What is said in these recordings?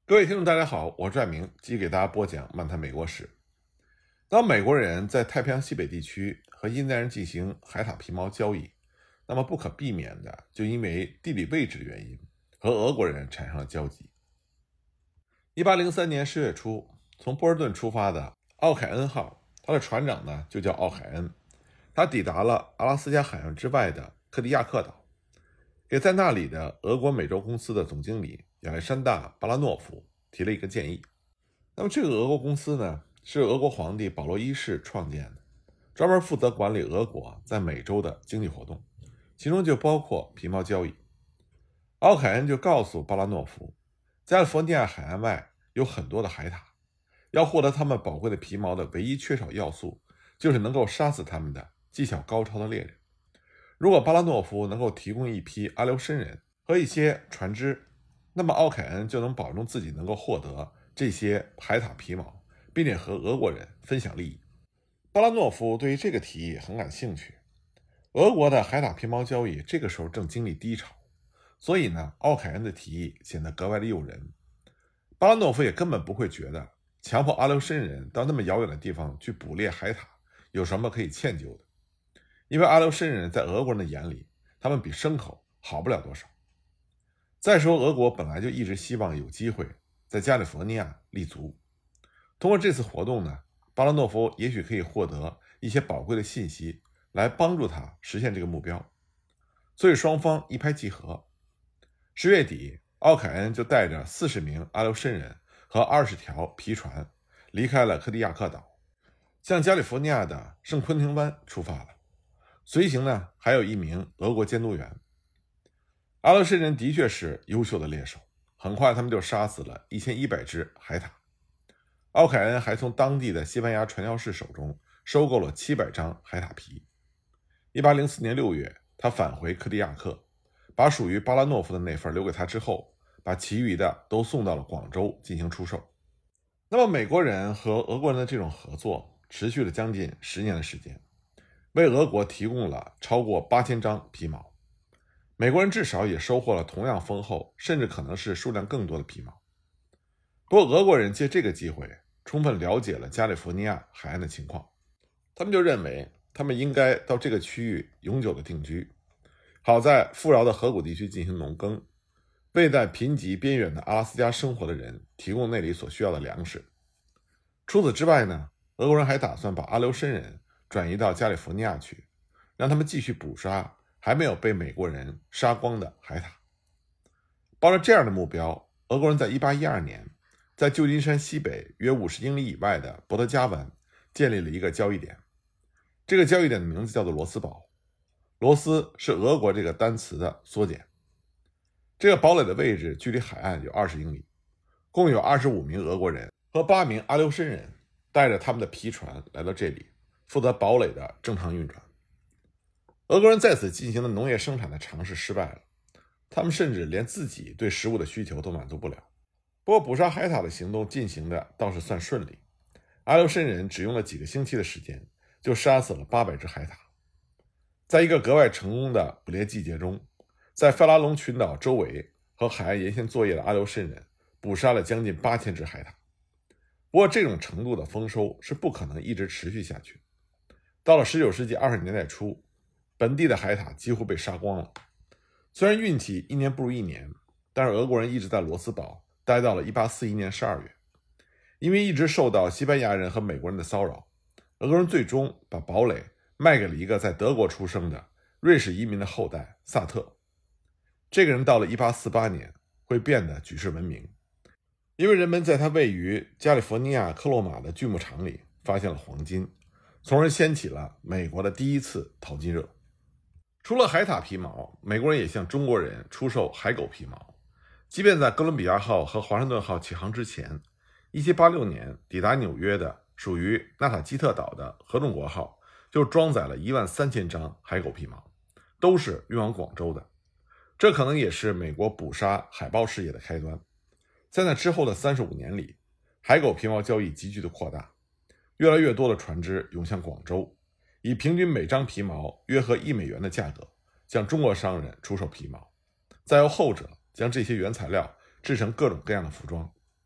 各位听众，大家好，我是拽明，继续给大家播讲漫谈美国史。当美国人在太平洋西北地区和印第安人进行海獭皮毛交易，那么不可避免的就因为地理位置的原因，和俄国人产生了交集。1803年10月初，从波士顿出发的奥凯恩号，它的船长呢就叫奥凯恩，他抵达了阿拉斯加海岸之外的克迪亚克岛，给在那里的俄国美洲公司的总经理亚历山大·巴拉诺夫提了一个建议。那么这个俄国公司呢，是俄国皇帝保罗一世创建的，专门负责管理俄国在美洲的经济活动，其中就包括皮毛交易。奥凯恩就告诉巴拉诺夫，加利福尼亚海岸外有很多的海獭，要获得他们宝贵的皮毛的唯一缺少要素，就是能够杀死他们的技巧高超的猎人。如果巴拉诺夫能够提供一批阿留申人和一些船只，那么奥凯恩就能保证自己能够获得这些海獭皮毛，并且和俄国人分享利益。巴拉诺夫对于这个提议很感兴趣。俄国的海獭皮毛交易这个时候正经历低潮，所以呢，奥凯恩的提议显得格外的诱人。巴拉诺夫也根本不会觉得强迫阿留申人到那么遥远的地方去捕猎海獭有什么可以歉疚的，因为阿留申人在俄国人的眼里，他们比牲口好不了多少。再说俄国本来就一直希望有机会在加利福尼亚立足，通过这次活动呢，巴拉诺夫也许可以获得一些宝贵的信息，来帮助他实现这个目标。所以双方一拍即合。10月底，奥凯恩就带着40名阿留申人和20条皮船离开了科迪亚克岛，向加利福尼亚的圣昆廷湾出发了。随行呢还有一名俄国监督员。阿留申人的确是优秀的猎手，很快他们就杀死了1100只海獭。奥凯恩还从当地的西班牙传教士手中收购了700张海獭皮。1804年6月，他返回科迪亚克，把属于巴拉诺夫的那份留给他之后，把其余的都送到了广州进行出售。那么美国人和俄国人的这种合作持续了将近10年的时间，为俄国提供了超过8000张皮毛。美国人至少也收获了同样丰厚，甚至可能是数量更多的皮毛。不过俄国人借这个机会充分了解了加利福尼亚海岸的情况，他们就认为他们应该到这个区域永久的定居，好在富饶的河谷地区进行农耕，为在贫瘠边远的阿拉斯加生活的人提供那里所需要的粮食。除此之外呢，俄国人还打算把阿留申人转移到加利福尼亚去，让他们继续捕杀还没有被美国人杀光的海獭。抱着这样的目标，俄国人在1812年在旧金山西北约50英里以外的博德加湾建立了一个交易点。这个交易点的名字叫做罗斯堡，罗斯是俄国这个单词的缩减。这个堡垒的位置距离海岸有20英里，共有25名俄国人和8名阿留申人带着他们的皮船来到这里，负责堡垒的正常运转。俄国人在此进行的农业生产的尝试失败了，他们甚至连自己对食物的需求都满足不了。不过捕杀海獭的行动进行的倒是算顺利，阿留申人只用了几个星期的时间就杀死了800只海獭。在一个格外成功的捕猎季节中，在费拉隆群岛周围和海岸沿线作业的阿留申人捕杀了将近8000只海獭。不过这种程度的丰收是不可能一直持续下去。到了19世纪20年代初，本地的海獭几乎被杀光了。虽然运气一年不如一年，但是俄国人一直在罗斯堡待到了1841年12月。因为一直受到西班牙人和美国人的骚扰，俄国人最终把堡垒卖给了一个在德国出生的瑞士移民的后代萨特。这个人到了1848年会变得举世闻名，因为人们在他位于加利福尼亚克洛马的锯木厂里发现了黄金，从而掀起了美国的第一次淘金热。除了海獭皮毛，美国人也向中国人出售海狗皮毛。即便在哥伦比亚号和华盛顿号起航之前，1786年抵达纽约的属于纳塔基特岛的合众国号就装载了13000张海狗皮毛，都是运往广州的。这可能也是美国捕杀海豹事业的开端。在那之后的35年里，海狗皮毛交易急剧的扩大，越来越多的船只涌向广州，以平均每张皮毛约合$1的价格向中国商人出售皮毛，再由后者将这些原材料制成各种各样的服装。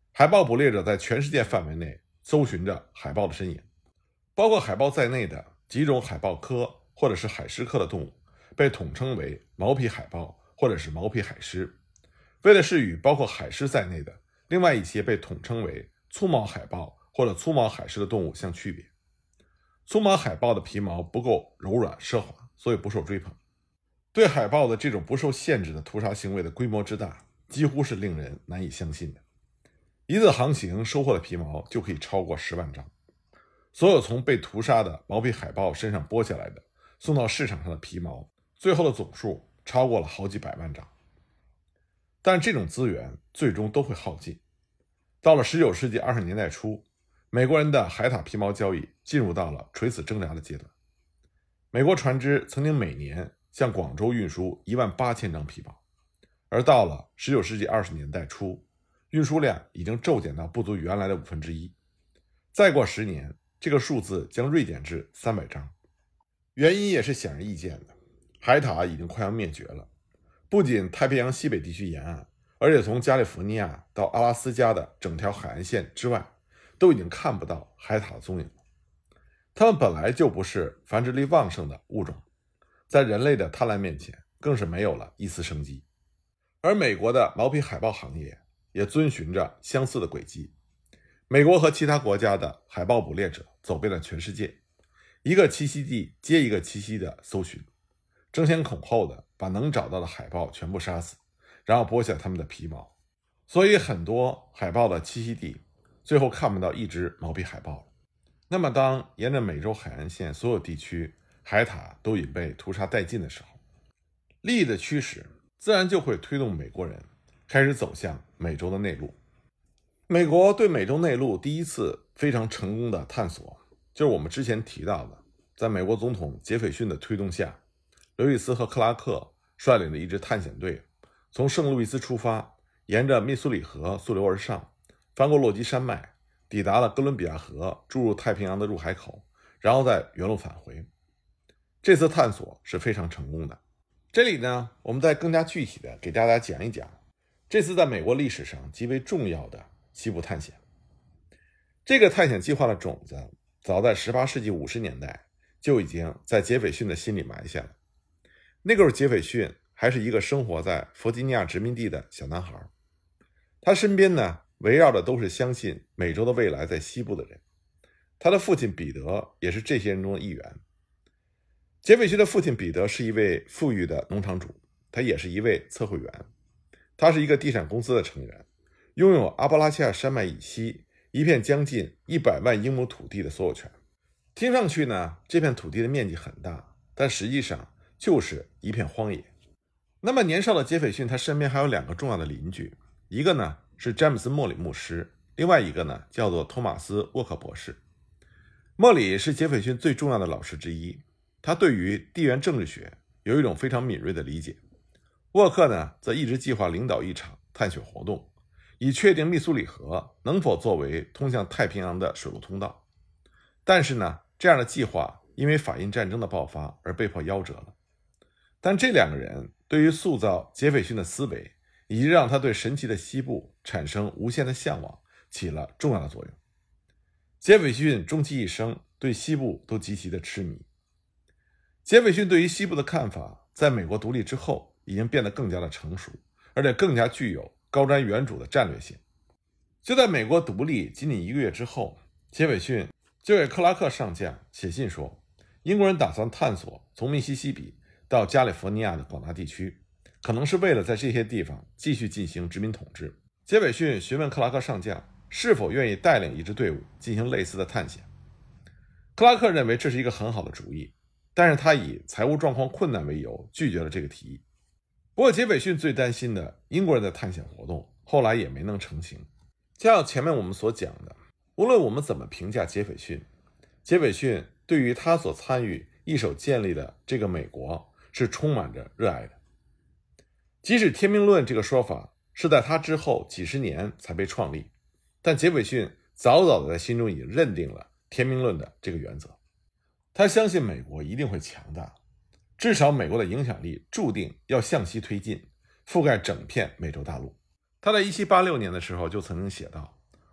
海豹捕猎者在全世界范围内搜寻着海豹的身影。包括海豹在内的几种海豹科或者是海狮科的动物被统称为毛皮海豹或者是毛皮海狮，为的是与包括海狮在内的另外一些被统称为粗毛海豹或者粗毛海狮的动物相区别。粗毛海豹的皮毛不够柔软奢滑，所以不受追捧。对海豹的这种不受限制的屠杀行为的规模之大，几乎是令人难以相信的。一次航行收获的皮毛就可以超过10万张，所有从被屠杀的毛皮海豹身上剥下来的送到市场上的皮毛，最后的总数超过了好几百万张。但这种资源最终都会耗尽。到了19世纪20年代初，美国人的海獭皮毛交易进入到了垂死挣扎的阶段。美国船只曾经每年向广州运输18000张皮毛，而到了19世纪20年代初，运输量已经骤减到不足原来的1/5。再过10年，这个数字将锐减至300张。原因也是显而易见的，海獭已经快要灭绝了。不仅太平洋西北地区沿岸，而且从加利福尼亚到阿拉斯加的整条海岸线之外，都已经看不到海獭的踪影了。它们本来就不是繁殖力旺盛的物种，在人类的贪婪面前，更是没有了一丝生机。而美国的毛皮海豹行业也遵循着相似的轨迹。美国和其他国家的海豹捕猎者走遍了全世界，一个栖息地接一个栖息的搜寻，争先恐后的把能找到的海豹全部杀死，然后剥下它们的皮毛。所以很多海豹的栖息地最后看不到一只毛皮海豹了。那么当沿着美洲海岸线所有地区海獭都已被屠杀殆尽的时候，利益的驱使自然就会推动美国人开始走向美洲的内陆。美国对美洲内陆第一次非常成功的探索，就是我们之前提到的，在美国总统杰斐逊的推动下，刘易斯和克拉克率领的一支探险队从圣路易斯出发，沿着密苏里河溯流而上，翻过落基山脉，抵达了哥伦比亚河注入太平洋的入海口，然后再原路返回。这次探索是非常成功的。这里呢，我们再更加具体的给大家讲一讲这次在美国历史上极为重要的西部探险。这个探险计划的种子早在18世纪50年代就已经在杰斐逊的心里埋下了。那个时候杰斐逊还是一个生活在弗吉尼亚殖民地的小男孩，他身边呢围绕的都是相信美洲的未来在西部的人。他的父亲彼得也是这些人中的一员。杰斐逊的父亲彼得是一位富裕的农场主，他也是一位测绘员，他是一个地产公司的成员，拥有阿波拉契亚山脉以西一片将近100万英亩土地的所有权。听上去呢，这片土地的面积很大，但实际上就是一片荒野。那么年少的杰斐逊他身边还有2个重要的邻居，一个呢是詹姆斯·莫里牧师，另外一个呢叫做托马斯·沃克博士。莫里是杰斐逊最重要的老师之一，他对于地缘政治学有一种非常敏锐的理解。沃克呢则一直计划领导一场探险活动，以确定密苏里河能否作为通向太平洋的水路通道。但是呢，这样的计划因为法印战争的爆发而被迫夭折了。但这2个人对于塑造杰斐逊的思维，以及让他对神奇的西部产生无限的向往，起了重要的作用。杰斐逊终其一生对西部都极其的痴迷。杰斐逊对于西部的看法在美国独立之后已经变得更加的成熟，而且更加具有高瞻远瞩的战略性。就在美国独立仅仅1个月之后，杰斐逊就给克拉克上将写信说，英国人打算探索从密西西比到加利福尼亚的广大地区，可能是为了在这些地方继续进行殖民统治。杰斐逊询问克拉克上将是否愿意带领一支队伍进行类似的探险。克拉克认为这是一个很好的主意，但是他以财务状况困难为由拒绝了这个提议。不过杰斐逊最担心的英国人的探险活动后来也没能成行。就像前面我们所讲的，无论我们怎么评价杰斐逊，杰斐逊对于他所参与一手建立的这个美国是充满着热爱的。即使天命论这个说法是在他之后几十年才被创立，但杰斐逊早早的在心中已经认定了天命论的这个原则。他相信美国一定会强大，至少美国的影响力注定要向西推进，覆盖整片美洲大陆。他在1786年的时候就曾经写道，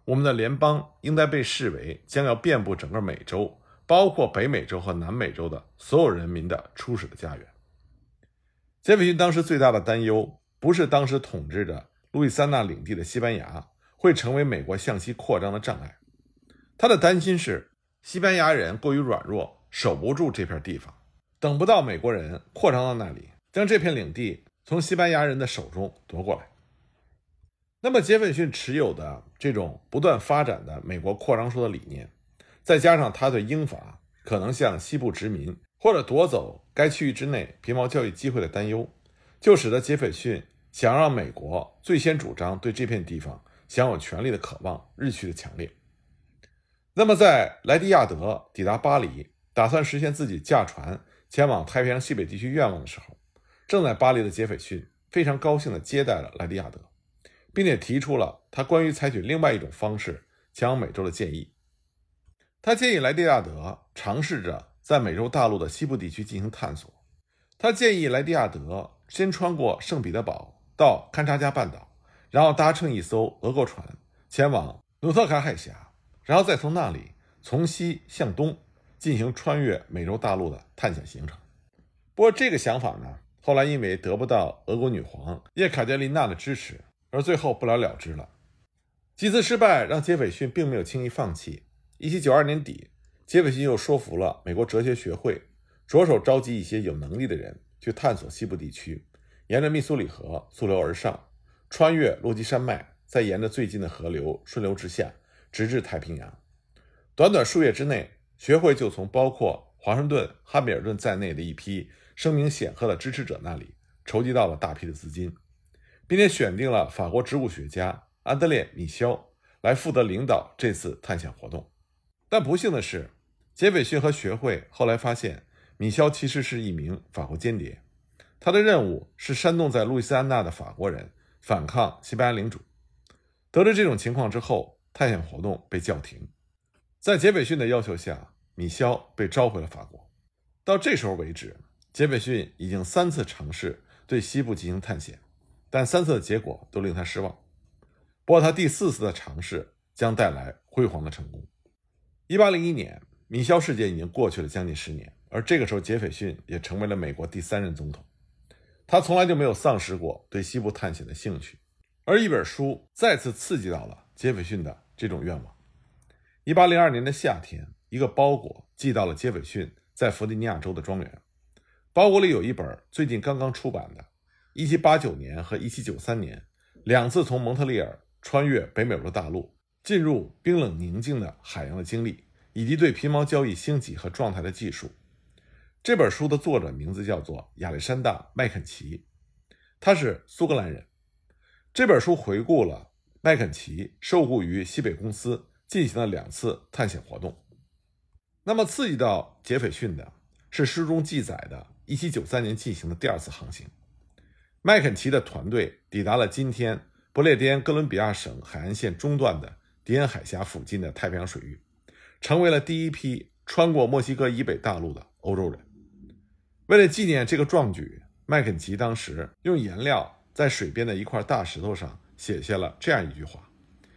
我们的联邦应该被视为将要遍布整个美洲，包括北美洲和南美洲的所有人民的初始的家园。杰斐逊当时最大的担忧不是当时统治着路易斯安那领地的西班牙会成为美国向西扩张的障碍，他的担心是西班牙人过于软弱，守不住这片地方，等不到美国人扩张到那里，将这片领地从西班牙人的手中夺过来。那么杰斐逊持有的这种不断发展的美国扩张说的理念，再加上他对英法可能向西部殖民或者夺走该区域之内皮毛交易机会的担忧，就使得杰斐逊想让美国最先主张对这片地方享有权利的渴望日趋的强烈。那么在莱迪亚德抵达巴黎，打算实现自己驾船前往太平洋西北地区愿望的时候，正在巴黎的杰斐逊非常高兴地接待了莱迪亚德，并且提出了他关于采取另外一种方式前往美洲的建议。他建议莱迪亚德尝试着在美洲大陆的西部地区进行探索。他建议莱迪亚德先穿过圣彼得堡到堪察加半岛，然后搭乘一艘俄国船前往努特卡海峡，然后再从那里从西向东进行穿越美洲大陆的探险行程。不过这个想法呢，后来因为得不到俄国女皇叶卡捷琳娜的支持，而最后不了了之了。几次失败让杰斐逊并没有轻易放弃。1792年底，杰斐逊又说服了美国哲学学会，着手召集一些有能力的人去探索西部地区，沿着密苏里河溯流而上，穿越落基山脉，再沿着最近的河流顺流直下，直至太平洋。短短数月之内，学会就从包括华盛顿、汉密尔顿在内的一批声名显赫的支持者那里筹集到了大批的资金，并且选定了法国植物学家安德烈·米肖来负责领导这次探险活动。但不幸的是，杰斐逊和学会后来发现米肖其实是一名法国间谍，他的任务是煽动在路易斯安那的法国人反抗西班牙领主。得知这种情况之后，探险活动被叫停。在杰斐逊的要求下，米肖被召回了法国。到这时候为止，杰斐逊已经3次尝试对西部进行探险，但3次的结果都令他失望。不过他第4次的尝试将带来辉煌的成功。1801年，米肖事件已经过去了将近10年，而这个时候杰斐逊也成为了美国第3任总统。他从来就没有丧失过对西部探险的兴趣，而一本书再次刺激到了杰斐逊的这种愿望。1802年的夏天，一个包裹寄到了杰斐逊在弗吉尼亚州的庄园，包裹里有一本最近刚刚出版的1789年和1793年2次从蒙特利尔穿越北美洲大陆进入冰冷宁静的海洋的经历，以及对皮毛交易兴起和状态的技术。这本书的作者名字叫做亚历山大·麦肯齐，他是苏格兰人。这本书回顾了麦肯齐受雇于西北公司进行了2次探险活动。那么刺激到杰斐逊的是书中记载的1793年进行的第2次航行。麦肯齐的团队抵达了今天不列颠哥伦比亚省海岸线中段的迪恩海峡附近的太平洋水域，成为了第一批穿过墨西哥以北大陆的欧洲人。为了纪念这个壮举，麦肯齐当时用颜料在水边的一块大石头上写下了这样一句话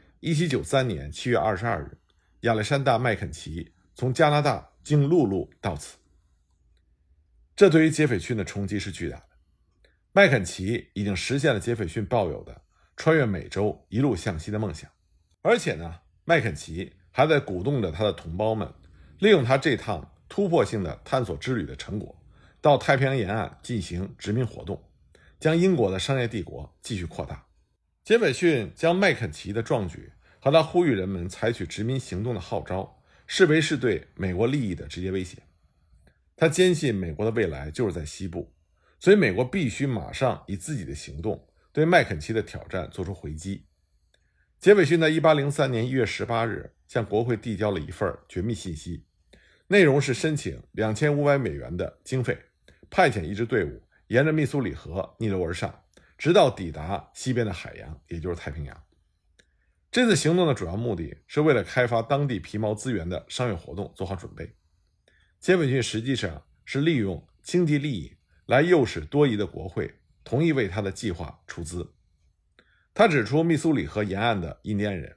：1793年7月22日，亚历山大·麦肯齐从加拿大经陆路到此。这对于杰斐逊的冲击是巨大的。麦肯齐已经实现了杰斐逊抱有的穿越美洲一路向西的梦想，而且呢，麦肯齐还在鼓动着他的同胞们利用他这趟突破性的探索之旅的成果，到太平洋沿岸进行殖民活动，将英国的商业帝国继续扩大。杰斐逊将麦肯齐的壮举和他呼吁人们采取殖民行动的号召视为是对美国利益的直接威胁。他坚信美国的未来就是在西部，所以美国必须马上以自己的行动对麦肯齐的挑战做出回击。杰斐逊在1803年1月18日向国会递交了一份绝密信息，内容是申请2500美元的经费，派遣一支队伍沿着密苏里河逆流而上，直到抵达西边的海洋，也就是太平洋。这次行动的主要目的是为了开发当地皮毛资源的商业活动做好准备。杰斐逊实际上是利用经济利益来诱使多疑的国会同意为他的计划出资。他指出密苏里河沿岸的印第安人、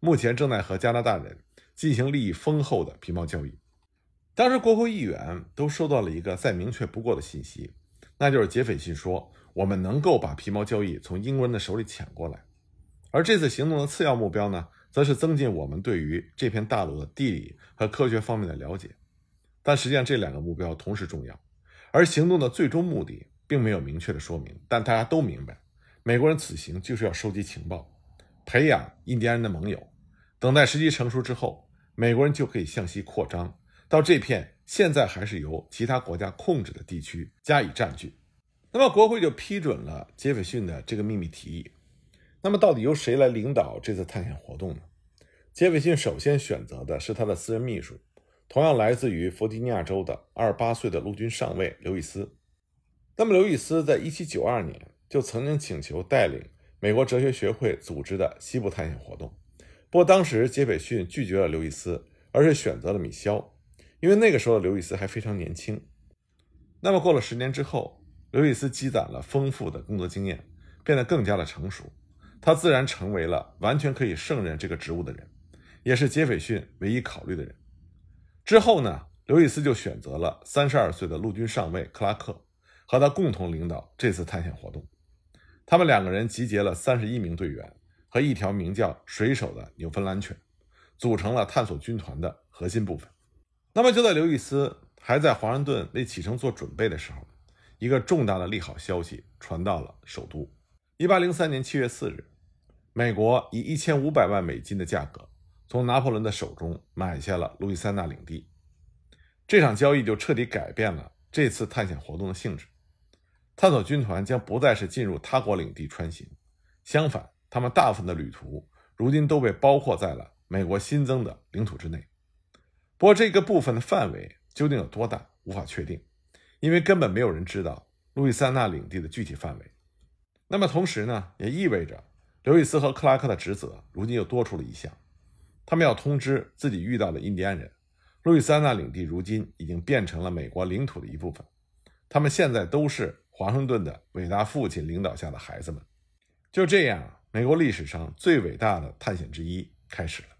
目前正在和加拿大人进行利益丰厚的皮毛交易。当时国会议员都收到了一个再明确不过的信息，那就是杰斐逊说我们能够把皮毛交易从英国人的手里抢过来。而这次行动的次要目标呢，则是增进我们对于这片大陆的地理和科学方面的了解。但实际上这两个目标同时重要，而行动的最终目的并没有明确的说明，但大家都明白，美国人此行就是要收集情报，培养印第安人的盟友，等待时机成熟之后，美国人就可以向西扩张，到这片现在还是由其他国家控制的地区加以占据。那么国会就批准了杰斐逊的这个秘密提议。那么到底由谁来领导这次探险活动呢？杰斐逊首先选择的是他的私人秘书，同样来自于弗吉尼亚州的28岁的陆军上尉刘易斯。那么刘易斯在1792年就曾经请求带领美国哲学学会组织的西部探险活动，不过当时杰斐逊拒绝了刘易斯，而是选择了米肖，因为那个时候的刘易斯还非常年轻。那么过了10年之后，刘易斯积攒了丰富的工作经验，变得更加的成熟，他自然成为了完全可以胜任这个职务的人，也是杰斐逊唯一考虑的人。之后呢，刘易斯就选择了32岁的陆军上尉克拉克，和他共同领导这次探险活动。他们2个人集结了31名队员和一条名叫水手的纽芬兰犬，组成了探索军团的核心部分。那么就在刘易斯还在华盛顿为启程做准备的时候，一个重大的利好消息传到了首都。1803年7月4日，美国以1500万美金的价格从拿破仑的手中买下了路易斯安那领地。这场交易就彻底改变了这次探险活动的性质。探索军团将不再是进入他国领地穿行，相反，他们大部分的旅途如今都被包括在了美国新增的领土之内。不过这个部分的范围究竟有多大，无法确定，因为根本没有人知道路易斯安那领地的具体范围。那么同时呢，也意味着刘易斯和克拉克的职责如今又多出了一项，他们要通知自己遇到的印第安人，路易斯安那领地如今已经变成了美国领土的一部分，他们现在都是华盛顿的伟大父亲领导下的孩子们。就这样，美国历史上最伟大的探险之一开始了。